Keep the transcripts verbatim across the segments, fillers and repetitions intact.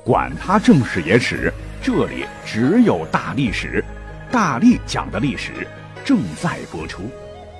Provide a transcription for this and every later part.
管他正史野史，这里只有大历史，大力讲的历史正在播出。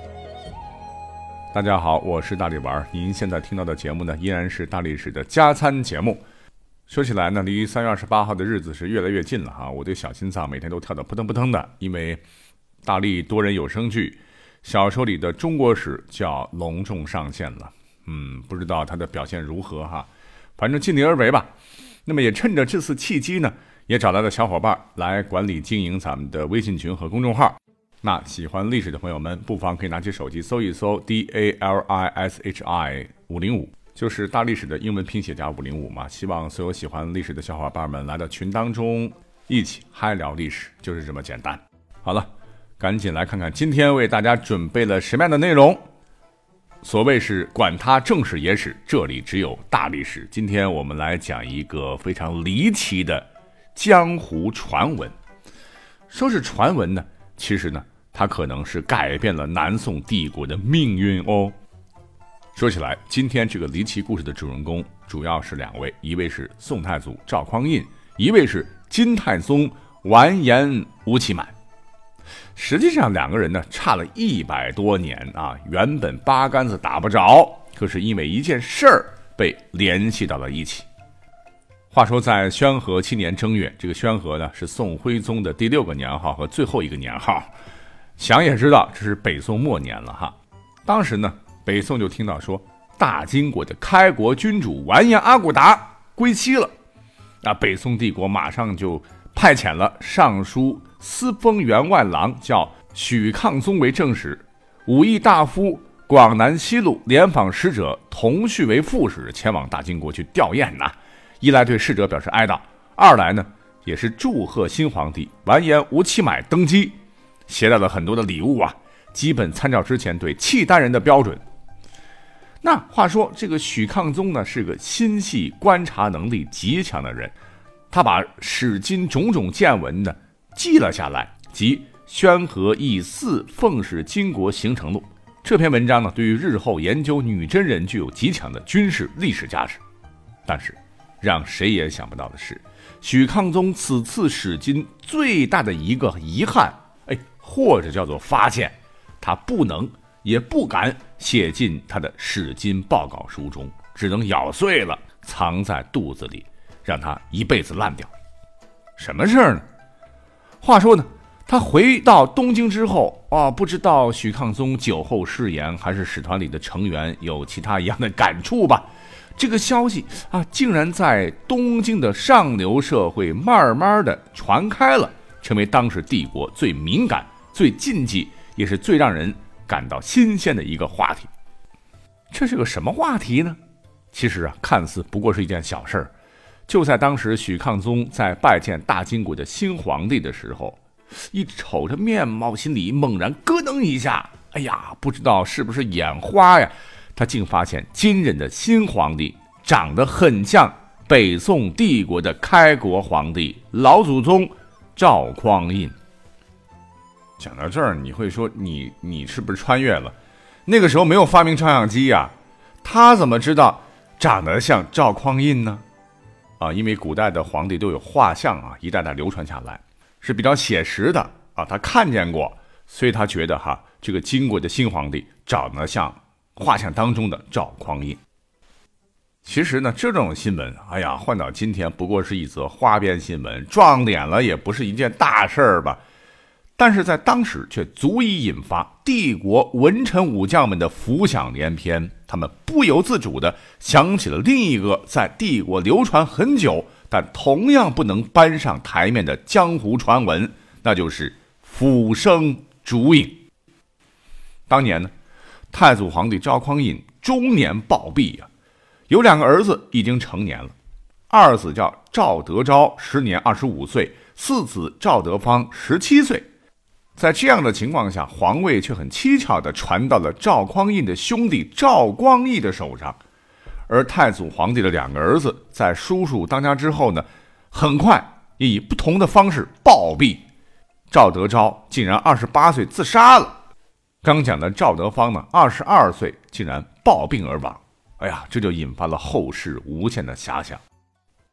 大家好，我是大力丸，您现在听到的节目呢，依然是大历史的加餐节目。说起来呢，离三月二十八号的日子是越来越近了哈，我的小心脏每天都跳得扑腾扑腾的，因为大力多人有声剧小说里的中国史就要隆重上线了。嗯，不知道它的表现如何哈，反正尽力而为吧。那么也趁着这次契机呢，也找来了小伙伴来管理经营咱们的微信群和公众号。那喜欢历史的朋友们，不妨可以拿起手机搜一搜 D A L I S H I 五零五，就是大历史的英文拼写加五零五嘛。希望所有喜欢历史的小伙伴们来到群当中，一起嗨聊历史，就是这么简单。好了，赶紧来看看今天为大家准备了什么样的内容。所谓是管他正史野史，这里只有大历史。今天我们来讲一个非常离奇的江湖传闻。说是传闻呢，其实呢，它可能是改变了南宋帝国的命运哦。说起来，今天这个离奇故事的主人公主要是两位，一位是宋太祖赵匡胤，一位是金太宗完颜吴乞满。实际上两个人呢差了一百多年啊，原本八竿子打不着，可是因为一件事儿被联系到了一起。话说在宣和七年正月，这个宣和呢是宋徽宗的第六个年号和最后一个年号，想也知道这是北宋末年了哈。当时呢北宋就听到说大金国的开国君主完颜阿骨达归西了，那北宋帝国马上就派遣了尚书司封员外郎叫许抗宗为正使，武义大夫广南西路联访使者同绪为副使，前往大金国去吊唁呐。一来对逝者表示哀悼，二来呢也是祝贺新皇帝完颜吴乞买登基，携带了很多的礼物啊，基本参照之前对契丹人的标准。那话说这个许抗宗呢是个心细观察能力极强的人，他把史今种种见闻呢记了下来，即《宣和义祀奉使金国行程录》。这篇文章呢对于日后研究女真人具有极强的军事历史价值。但是让谁也想不到的是，许抗宗此次史今最大的一个遗憾，哎，或者叫做发现，他不能也不敢写进他的史今报告书中，只能咬碎了藏在肚子里，让他一辈子烂掉。什么事儿呢？话说呢，他回到东京之后啊，不知道许抗宗酒后失言，还是使团里的成员有其他一样的感触吧。这个消息啊，竟然在东京的上流社会慢慢的传开了，成为当时帝国最敏感、最禁忌，也是最让人感到新鲜的一个话题。这是个什么话题呢？其实啊，看似不过是一件小事儿。就在当时许抗宗在拜见大金国的新皇帝的时候，一瞅着面貌，心里猛然咯噔一下，哎呀，不知道是不是眼花呀，他竟发现金人的新皇帝长得很像北宋帝国的开国皇帝老祖宗赵匡胤。讲到这儿，你会说你你是不是穿越了？那个时候没有发明照相机呀，他怎么知道长得像赵匡胤呢？啊，因为古代的皇帝都有画像啊，一代代流传下来，是比较写实的啊，他看见过，所以他觉得哈，这个金国的新皇帝长得像画像当中的赵匡胤。其实呢，这种新闻，哎呀，换到今天不过是一则花边新闻，撞脸了也不是一件大事儿吧。但是在当时却足以引发帝国文臣武将们的浮想联翩，他们不由自主地想起了另一个在帝国流传很久但同样不能搬上台面的江湖传闻，那就是俯生烛影。当年呢，太祖皇帝赵匡胤中年暴毙啊，有两个儿子已经成年了，二子叫赵德昭，时年二十五岁，四子赵德芳，十七岁。在这样的情况下，皇位却很蹊跷地传到了赵匡胤的兄弟赵光义的手上。而太祖皇帝的两个儿子在叔叔当家之后呢，很快也以不同的方式暴毙。赵德昭竟然二十八岁自杀了，刚讲的赵德芳呢，二十二岁竟然暴病而亡。哎呀，这就引发了后世无限的遐想。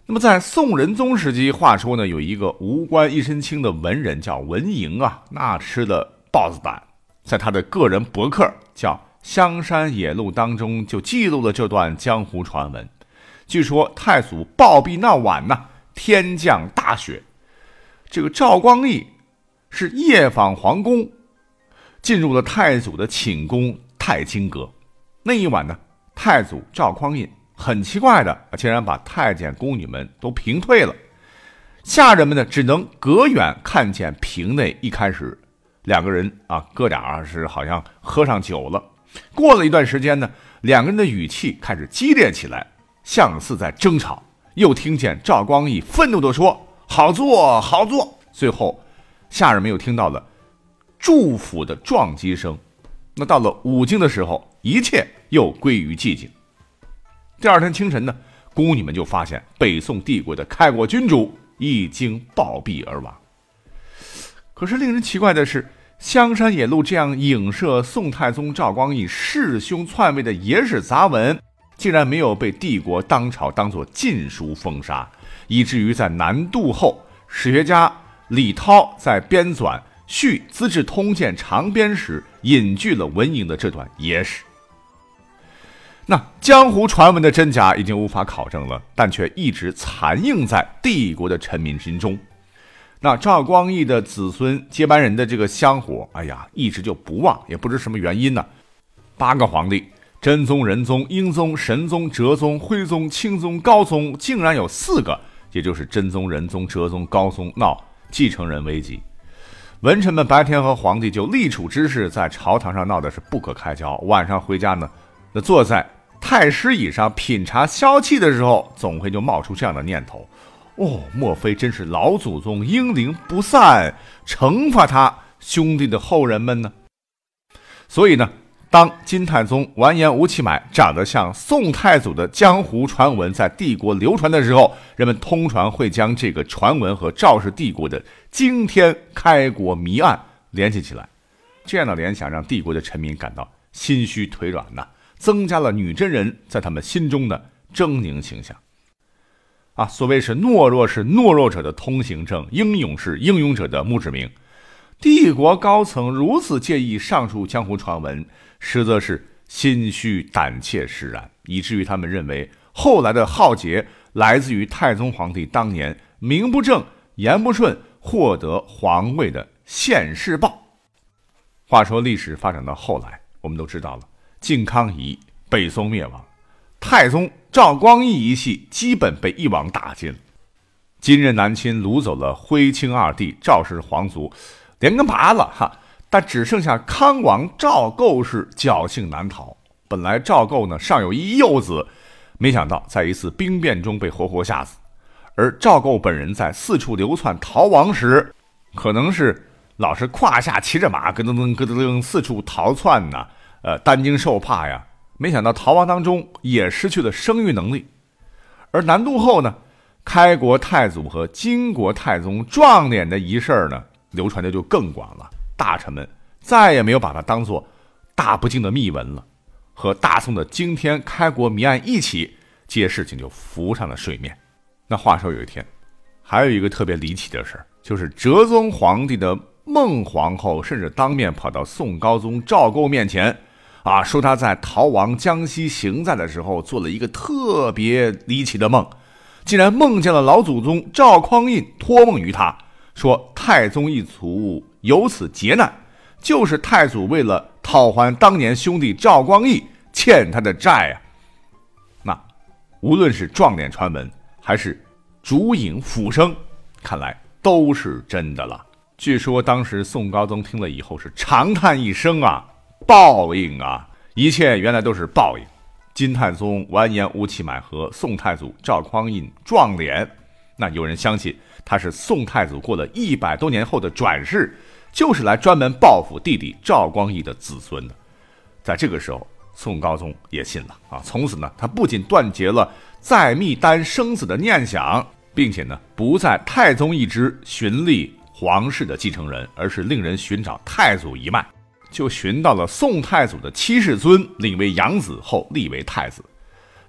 那么在宋仁宗时期，话说呢，有一个无官一身轻的文人叫文莹啊，那吃了豹子胆，在他的个人博客叫《香山野录》当中就记录了这段江湖传闻。据说太祖暴毙那晚呢，天降大雪，这个赵光义是夜访皇宫，进入了太祖的寝宫太清阁。那一晚呢，太祖赵匡胤很奇怪的竟然把太监宫女们都平退了，下人们呢只能隔远看见屏内一开始两个人啊哥俩是好像喝上酒了，过了一段时间呢，两个人的语气开始激烈起来，像似在争吵。又听见赵光义愤怒地说：“好做好做。”最后下人们又听到了祝福的撞击声。那到了午经的时候，一切又归于寂静。第二天清晨呢，宫女们就发现北宋帝国的开国君主已经暴毙而亡。可是令人奇怪的是，香山野录这样影射宋太宗赵光义弑兄篡位的野史杂文，竟然没有被帝国当朝当作禁书封杀，以至于在南渡后，史学家李涛在编纂《续资治通鉴长编》时引据了文莹的这段野史。那江湖传闻的真假已经无法考证了，但却一直残映在帝国的臣民心中。那赵光义的子孙接班人的这个香火，哎呀，一直就不旺，也不知什么原因呢。八个皇帝，真宗、仁宗、英宗、神宗、哲宗、徽宗、钦宗、高宗，竟然有四个，也就是真宗、仁宗、哲宗、高宗闹继承人危机。文臣们白天和皇帝就立储之事在朝堂上闹的是不可开交，晚上回家呢，那坐在太师椅上品茶消气的时候，总会就冒出这样的念头：哦，莫非真是老祖宗英灵不散，惩罚他兄弟的后人们呢？所以呢，当金太宗完颜吴乞买长得像宋太祖的江湖传闻在帝国流传的时候，人们通常会将这个传闻和赵氏帝国的惊天开国谜案联系起来。这样的联想让帝国的臣民感到心虚腿软呐、啊，增加了女真人在他们心中的狰狞形象。啊，所谓是懦弱是懦弱者的通行证，英勇是英勇者的墓志铭。帝国高层如此介意上述江湖传闻，实则是心虚胆怯释然，以至于他们认为后来的浩劫来自于太宗皇帝当年名不正言不顺获得皇位的现世报。话说历史发展到后来，我们都知道了，靖康乙，北宋灭亡，太宗赵光义一系基本被一网打尽了。金任南侵掳走了徽钦二帝，赵氏皇族连根拔了哈，但只剩下康王赵构氏侥幸难逃。本来赵构呢尚有一幼子，没想到在一次兵变中被活活吓死。而赵构本人在四处流窜逃亡时，可能是老是胯下骑着马，咯噔噔咯噔噔四处逃窜呢，呃，担惊受怕呀。没想到逃亡当中也失去了生育能力。而南渡后呢，开国太祖和金国太宗撞脸的仪式呢，流传的就更广了。大臣们再也没有把它当作大不敬的秘闻了，和大宋的惊天开国谜案一起，这些事情就浮上了水面。那话说有一天，还有一个特别离奇的事，就是哲宗皇帝的孟皇后甚至当面跑到宋高宗赵构面前啊，说他在逃亡江西行在的时候做了一个特别离奇的梦，竟然梦见了老祖宗赵匡胤托梦于他，说太宗一族由此劫难，就是太祖为了讨还当年兄弟赵光义欠他的债啊。那无论是撞脸传闻还是烛影斧声，看来都是真的了。据说当时宋高宗听了以后是长叹一声啊，报应啊，一切原来都是报应。金太宗完颜吴乞买和宋太祖赵匡胤撞脸，那有人相信他是宋太祖过了一百多年后的转世，就是来专门报复弟弟赵光义的子孙的。在这个时候，宋高宗也信了啊！从此呢，他不仅断绝了再密丹生子的念想，并且呢，不在太宗一支寻立皇室的继承人，而是令人寻找太祖一脉，就寻到了宋太祖的七世孙，领为养子后立为太子。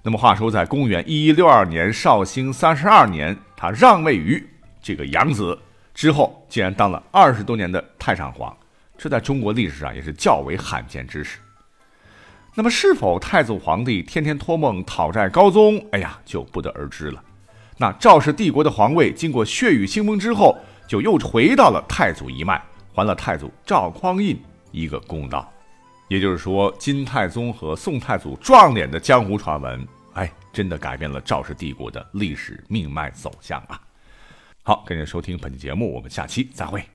那么话说，在公元一一六二年绍兴三十二年，他让位于这个养子之后，竟然当了二十多年的太上皇，这在中国历史上也是较为罕见之事。那么是否太祖皇帝天天托梦讨债高宗，哎呀，就不得而知了。那赵氏帝国的皇位经过血雨腥风之后，就又回到了太祖一脉，还了太祖赵匡胤一个公道。也就是说，金太宗和宋太祖撞脸的江湖传闻，哎，真的改变了赵氏帝国的历史命脉走向啊！好，感谢收听本期节目，我们下期再会。